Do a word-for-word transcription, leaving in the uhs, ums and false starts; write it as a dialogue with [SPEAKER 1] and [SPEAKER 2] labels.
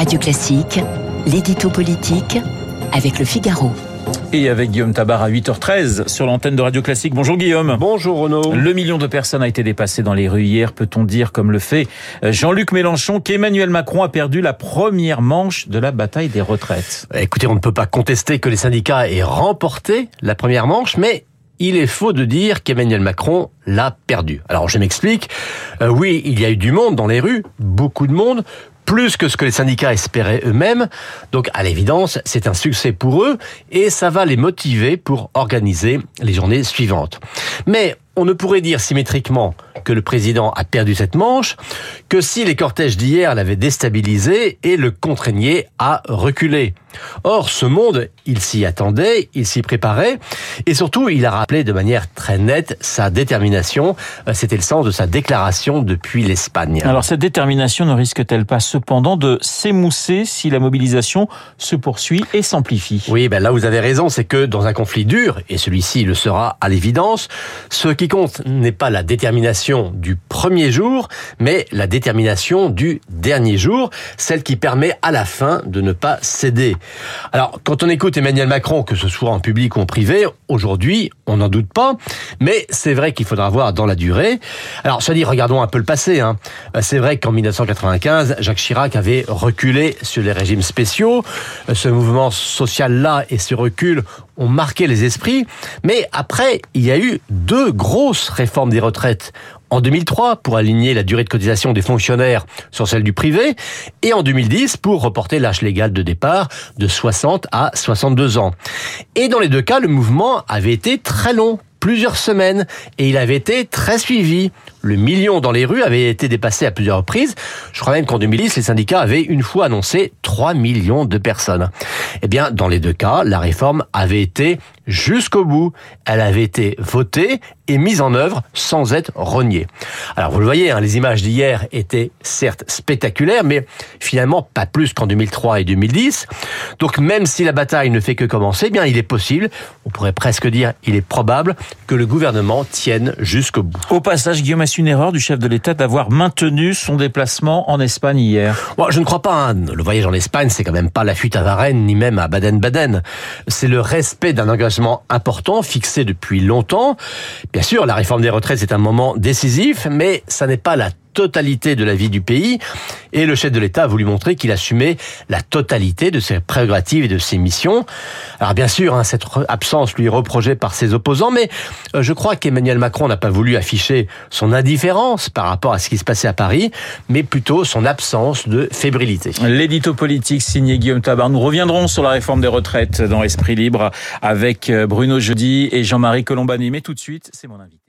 [SPEAKER 1] Radio Classique, l'édito politique avec Le Figaro.
[SPEAKER 2] Et avec Guillaume Tabar à huit heures treize sur l'antenne de Radio Classique. Bonjour Guillaume.
[SPEAKER 3] Bonjour Renaud.
[SPEAKER 2] Le million de personnes a été dépassé dans les rues hier. Peut-on dire, comme le fait Jean-Luc Mélenchon, qu'Emmanuel Macron a perdu la première manche de la bataille des retraites?
[SPEAKER 3] Écoutez, on ne peut pas contester que les syndicats aient remporté la première manche, mais il est faux de dire qu'Emmanuel Macron l'a perdu. Alors je m'explique. Euh, oui, il y a eu du monde dans les rues, beaucoup de monde, plus que ce que les syndicats espéraient eux-mêmes. Donc, à l'évidence, c'est un succès pour eux et ça va les motiver pour organiser les journées suivantes. Mais on ne pourrait dire symétriquement que le président a perdu cette manche que si les cortèges d'hier l'avaient déstabilisé et le contraignaient à reculer. Or, ce monde, il s'y attendait, il s'y préparait, et surtout, il a rappelé de manière très nette sa détermination. C'était le sens de sa déclaration depuis l'Espagne.
[SPEAKER 2] Alors, cette détermination ne risque-t-elle pas cependant de s'émousser si la mobilisation se poursuit et s'amplifie?
[SPEAKER 3] Oui, ben là, vous avez raison, c'est que dans un conflit dur, et celui-ci le sera à l'évidence, ce qui compte n'est pas la détermination du premier jour, mais la détermination du dernier jour, celle qui permet à la fin de ne pas céder. Alors, quand on écoute Emmanuel Macron, que ce soit en public ou en privé, aujourd'hui, on n'en doute pas, mais c'est vrai qu'il faudra voir dans la durée. Alors, ça dit, regardons un peu le passé. Hein. C'est vrai qu'en dix-neuf cent quatre-vingt-quinze, Jacques Chirac avait reculé sur les régimes spéciaux. Ce mouvement social-là et ce recul ont marqué les esprits, mais après, il y a eu deux grosses réformes des retraites. En deux mille trois, pour aligner la durée de cotisation des fonctionnaires sur celle du privé, et en deux mille dix, pour reporter l'âge légal de départ de soixante à soixante-deux ans. Et dans les deux cas, le mouvement avait été très long, plusieurs semaines, et il avait été très suivi. Le million dans les rues avait été dépassé à plusieurs reprises. Je crois même qu'en deux mille dix, les syndicats avaient une fois annoncé trois millions de personnes. Eh bien, dans les deux cas, la réforme avait été jusqu'au bout. Elle avait été votée et mise en œuvre sans être reniée. Alors, vous le voyez, hein, les images d'hier étaient certes spectaculaires, mais finalement pas plus qu'en deux mille trois et deux mille dix. Donc, même si la bataille ne fait que commencer, eh bien, il est possible, on pourrait presque dire, il est probable que le gouvernement tienne jusqu'au bout.
[SPEAKER 2] Au passage, Guillaume, est-ce une erreur du chef de l'État d'avoir maintenu son déplacement en Espagne hier?
[SPEAKER 3] Bon, je ne crois pas. Hein. Le voyage en Espagne, c'est quand même pas la fuite à Varennes, ni même à Baden-Baden. C'est le respect d'un engagement important, fixé depuis longtemps. Bien sûr, la réforme des retraites, c'est un moment décisif, mais ça n'est pas la totalité de la vie du pays. Et le chef de l'État a voulu montrer qu'il assumait la totalité de ses prérogatives et de ses missions. Alors bien sûr, hein, cette absence lui est reprochée par ses opposants, mais euh, je crois qu'Emmanuel Macron n'a pas voulu afficher son indifférence par rapport à ce qui se passait à Paris, mais plutôt son absence de fébrilité.
[SPEAKER 2] L'édito politique signé Guillaume Tabar. Nous reviendrons sur la réforme des retraites dans Esprit Libre avec Bruno Jeudi et Jean-Marie Colombani. Mais tout de suite, c'est mon invité.